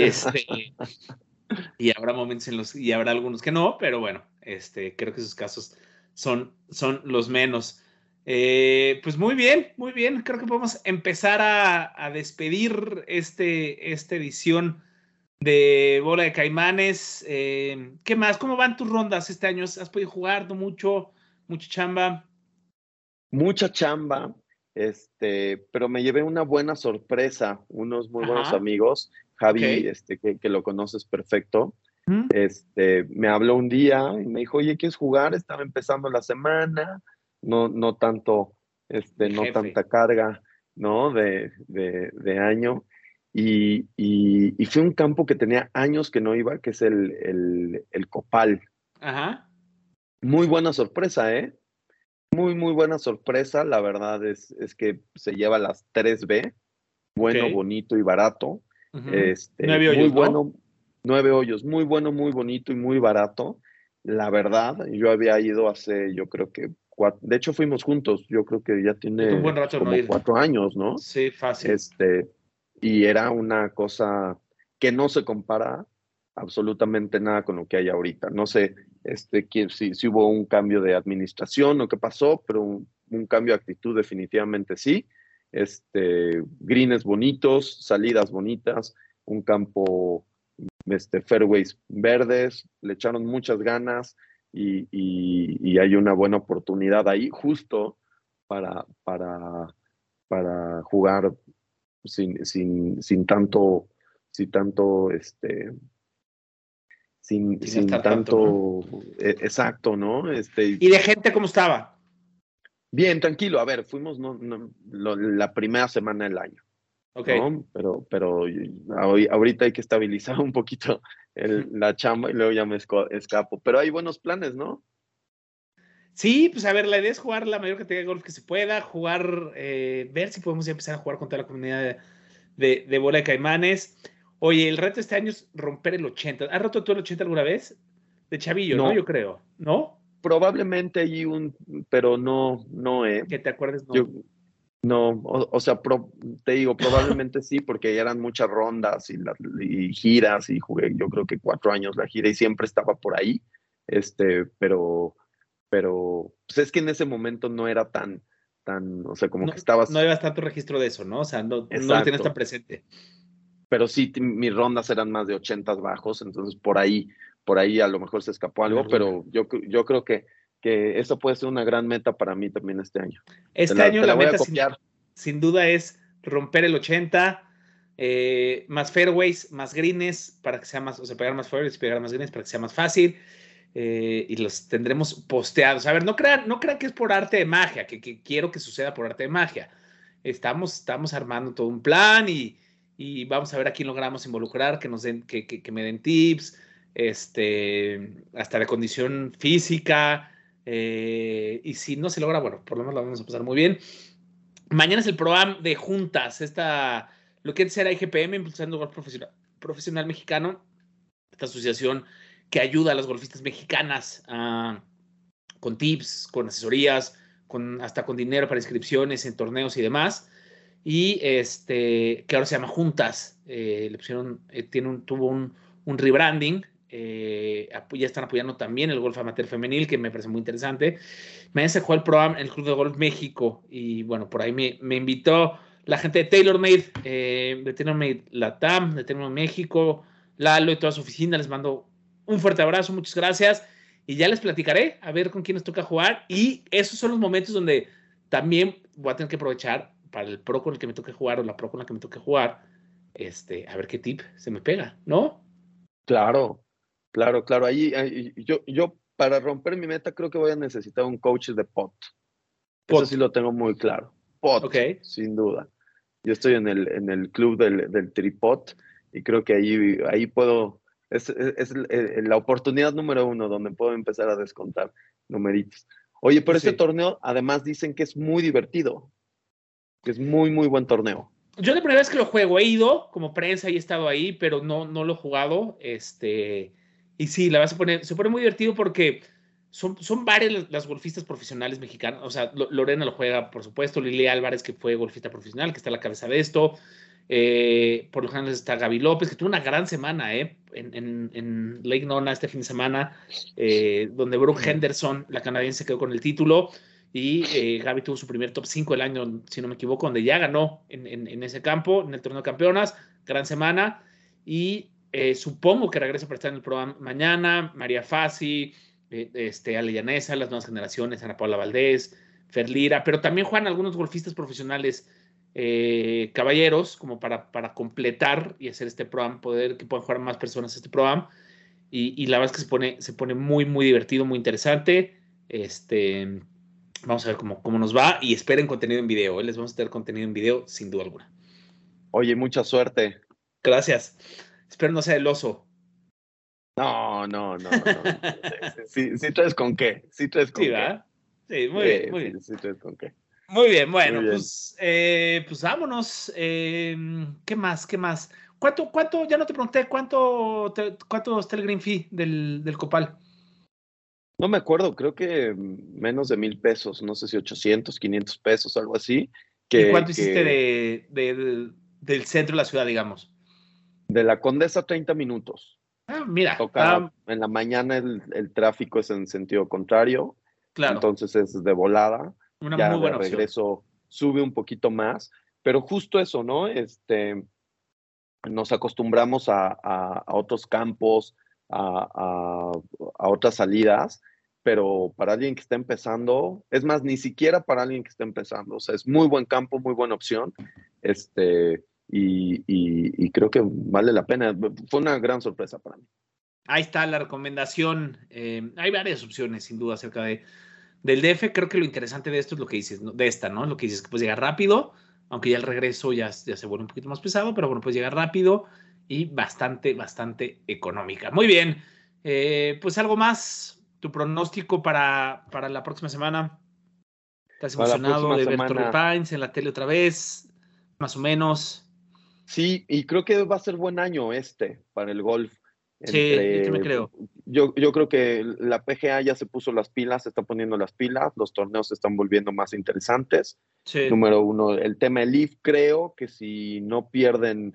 Y habrá momentos y habrá algunos que no, pero bueno, creo que esos casos son los menos. Pues muy bien, muy bien. Creo que podemos empezar a despedir esta edición de Bola de Caimanes. ¿Qué más? ¿Cómo van tus rondas este año? ¿Has podido jugar? ¿No mucho? ¿Mucha chamba? Mucha chamba, pero me llevé una buena sorpresa, unos muy buenos Ajá. amigos, Ok. Javi, que lo conoces perfecto, ¿Mm? me habló un día y me dijo, oye, ¿quieres jugar? Estaba empezando la semana, no tanto, Mi no jefe. tanta carga, ¿no? De año. Y fue un campo que tenía años que no iba, que es el Copal. Ajá. Muy buena sorpresa, ¿eh? Muy, muy buena sorpresa. La verdad es que se lleva las 3B, bueno, Ok. bonito y barato. Ujú. 9 Muy hoyos, ¿no? bueno, 9 hoyos, muy bueno, muy bonito y muy barato. La verdad, yo había ido hace, yo creo que de hecho fuimos juntos, yo creo que ya Es un tiene buen pues, rato de no como ir. 4 años, ¿no? Sí, fácil. Y era una cosa que no se compara absolutamente nada con lo que hay ahorita. No sé si hubo un cambio de administración o qué pasó, pero un cambio de actitud definitivamente sí. Greens bonitos, salidas bonitas, un campo, fairways verdes, le echaron muchas ganas y hay una buena oportunidad ahí justo para jugar sin tanto, sin tanto, Sin sin gastar tanto, ¿no? tanto, exacto, ¿no? ¿Y de gente cómo estaba? Bien, tranquilo, a ver, fuimos la primera semana del año, Ok. ¿no? Pero ahorita hay que estabilizar un poquito la chamba y luego ya me escapo, pero hay buenos planes, ¿no? Sí, pues a ver, la idea es jugar la mayor cantidad de golf que se pueda, jugar, ver si podemos ya empezar a jugar con toda la comunidad de Bola de Caimanes. Oye, el reto este año es romper el 80. ¿Has roto tú el 80 alguna vez? De chavillo, ¿no? Yo creo, ¿no? Probablemente hay pero no, Que te acuerdes, no. No, o sea, te digo, probablemente sí, porque ya eran muchas rondas y giras, y jugué yo creo que 4 años la gira y siempre estaba por ahí, pero pues es que en ese momento no era tan, o sea, como que estabas... No llevas tanto registro de eso, ¿no? O sea, no lo tienes tan presente. Pero sí, mis rondas eran más de 80 bajos, entonces por ahí a lo mejor se escapó algo, pero yo creo que eso puede ser una gran meta para mí también este año. Este año la meta sin duda es romper el 80, más fairways, más greens, para que sea más, o sea, pegar más fairways y pegar más greens para que sea más fácil, y los tendremos posteados. A ver, no crean que es por arte de magia, que quiero que suceda por arte de magia. Estamos armando todo un plan y vamos a ver a quién logramos involucrar, que me den tips, hasta de condición física, y si no se logra, bueno, por lo menos lo vamos a pasar muy bien. Mañana es el programa de juntas, lo que antes era IGPM, Impulsando Golf Profesional Mexicano, esta asociación que ayuda a las golfistas mexicanas con tips, con asesorías, hasta con dinero para inscripciones en torneos y demás. Y que ahora se llama Juntas, le pusieron, tuvo un rebranding, ya están apoyando también el golf amateur femenil, que me parece muy interesante. Mañana se juega el programa en el Club de Golf México, y bueno, por ahí me invitó la gente de TaylorMade Latam, de TaylorMade México, Lalo y toda su oficina. Les mando un fuerte abrazo, muchas gracias, y ya les platicaré a ver con quién nos toca jugar, y esos son los momentos donde también voy a tener que aprovechar para el pro con el que me toque jugar o la pro con la que me toque jugar, a ver qué tip se me pega, ¿no? Claro. Ahí yo para romper mi meta creo que voy a necesitar un coach de pot. Eso sí lo tengo muy claro. Pot, okay. Sin duda. Yo estoy en el club del tripot y creo que ahí puedo, es la oportunidad número 1 donde puedo empezar a descontar numeritos. Oye, pero este torneo además dicen que es muy divertido, que es muy, muy buen torneo. Yo la primera vez que lo juego he ido como prensa y he estado ahí, pero no lo he jugado. Y sí, la verdad se pone muy divertido porque son varias las golfistas profesionales mexicanas. O sea, Lorena lo juega, por supuesto, Lili Álvarez, que fue golfista profesional, que está a la cabeza de esto. Por lo general está Gaby López, que tuvo una gran semana en Lake Nona este fin de semana, donde Brooke Henderson, la canadiense, quedó con el título. Y Gaby tuvo su primer top 5 del año, si no me equivoco, donde ya ganó en ese campo, en el torneo de campeonas. Gran semana. Y supongo que regresa para estar en el programa mañana. María Fassi, Ale Llanesa, las nuevas generaciones, Ana Paula Valdés, Fer Lira, pero también juegan algunos golfistas profesionales caballeros, como para completar y hacer este programa, que puedan jugar más personas este programa. Y la verdad es que se pone muy, muy divertido, muy interesante. Vamos a ver cómo nos va, y esperen contenido en video. Les vamos a tener contenido en video sin duda alguna. Oye, mucha suerte. Gracias. Espero no sea el oso. No. Sí traes con qué. Sí traes con qué. ¿Verdad? Sí, muy bien. Sí traes con qué. Muy bien, bueno, muy bien. Pues vámonos. ¿Qué más? ¿Cuánto? Ya no te pregunté, ¿cuánto está el green fee del Copal? No me acuerdo, creo que menos de $1,000, no sé si 800, 500 pesos, algo así. ¿Y cuánto hiciste del centro de la ciudad, digamos? De la Condesa, 30 minutos. Mira. En la mañana el tráfico es en sentido contrario. Claro. Entonces es de volada. Una ya muy buena de regreso opción. Sube un poquito más. Pero justo eso, ¿no? Nos acostumbramos a otros campos, a otras salidas, pero para alguien que está empezando, es más, ni siquiera para alguien que está empezando, o sea, es muy buen campo, muy buena opción, y creo que vale la pena. Fue una gran sorpresa para mí. Ahí está la recomendación. Hay varias opciones, sin duda, acerca del DF. Creo que lo interesante de esto es lo que dices, ¿no? ¿no? Lo que dices, que puedes llegar rápido, aunque ya el regreso ya se vuelve un poquito más pesado, pero bueno, puedes llegar rápido y bastante, bastante económica. Muy bien. Pues algo más tu pronóstico para la próxima semana. ¿Estás Para la emocionado de ver próxima Torrey semana. Pines en la tele otra vez? Más o menos. Sí, y creo que va a ser buen año para el golf. Sí, yo también creo. Yo creo que la PGA ya se puso las pilas, se está poniendo las pilas, los torneos se están volviendo más interesantes. Sí. Número uno, el tema del Leaf, creo que si no pierden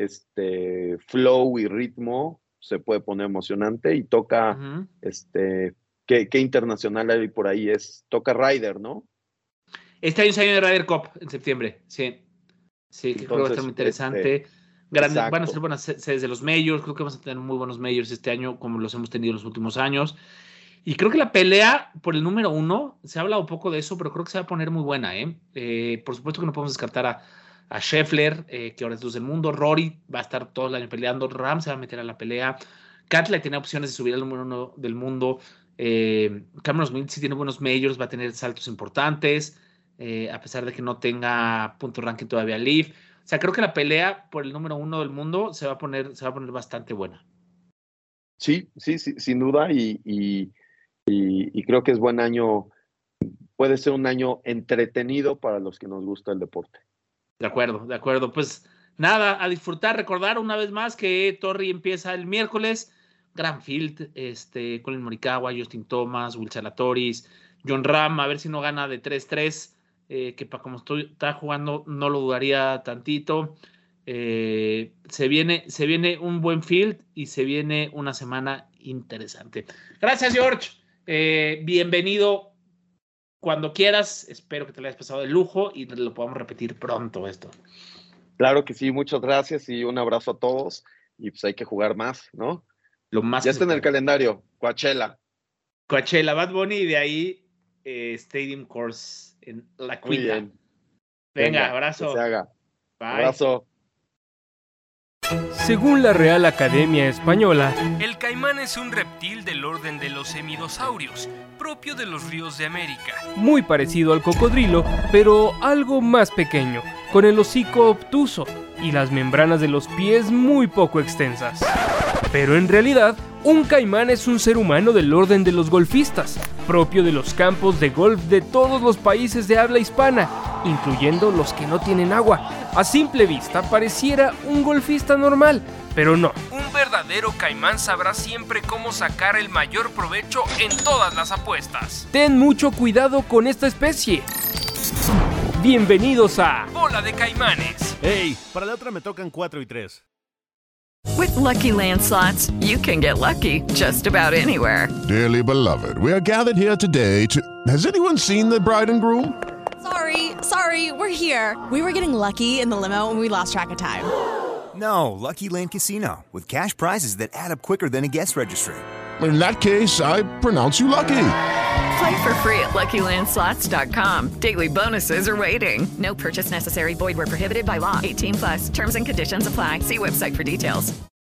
flow y ritmo, se puede poner emocionante y toca, Ujú. ¿qué internacional hay por ahí? Toca Ryder, ¿no? Este año es año de Ryder Cup en septiembre, sí. Sí, que creo que va a estar muy interesante. exacto. Van a ser buenas sedes de los majors, creo que vamos a tener muy buenos majors este año, como los hemos tenido en los últimos años. Y creo que la pelea por el número 1, se ha hablado un poco de eso, pero creo que se va a poner muy buena, ¿eh? Por supuesto que no podemos descartar a Scheffler, que ahora es 2 del mundo. Rory va a estar todo el año peleando. Ram se va a meter a la pelea. Cantlay tiene opciones de subir al número 1 del mundo. Cameron Smith, si tiene buenos majors, va a tener saltos importantes, a pesar de que no tenga punto ranking todavía Leaf. O sea, creo que la pelea por el número 1 del mundo se va a poner bastante buena. Sí, sin duda, y creo que es buen año, puede ser un año entretenido para los que nos gusta el deporte. De acuerdo. Pues nada, a disfrutar, recordar una vez más que Torrey empieza el miércoles. Gran field, Colin Morikawa, Justin Thomas, Will Zalatoris, Jon Rahm, a ver si no gana de 3-3, que para como está jugando no lo dudaría tantito. Se viene un buen field y se viene una semana interesante. Gracias, George. Bienvenido cuando quieras. Espero que te lo hayas pasado de lujo y lo podamos repetir pronto esto. Claro que sí, muchas gracias y un abrazo a todos. Y pues hay que jugar más, ¿no? Lo más ya está en el calendario, Coachella, Bad Bunny, y de ahí Stadium Course en La Quinta. Venga, abrazo. Que se haga. Bye. Abrazo. Según la Real Academia Española, el caimán es un reptil del orden de los hemidosaurios, propio de los ríos de América. Muy parecido al cocodrilo, pero algo más pequeño, con el hocico obtuso y las membranas de los pies muy poco extensas. Pero en realidad, un caimán es un ser humano del orden de los golfistas, propio de los campos de golf de todos los países de habla hispana, incluyendo los que no tienen agua. A simple vista pareciera un golfista normal, pero no. Un verdadero caimán sabrá siempre cómo sacar el mayor provecho en todas las apuestas. Ten mucho cuidado con esta especie. Bienvenidos a Bola de Caimanes. Hey, para la otra me tocan 4 y 3. With Lucky Land Slots, you can get lucky just about anywhere. Dearly beloved, we are gathered here today to... Has anyone seen the bride and groom? Sorry, we're here. We were getting lucky in the limo and we lost track of time. No, Lucky Land Casino, with cash prizes that add up quicker than a guest registry. In that case, I pronounce you lucky. Play for free at LuckyLandSlots.com. Daily bonuses are waiting. No purchase necessary. Void where prohibited by law. 18+. Terms and conditions apply. See website for details.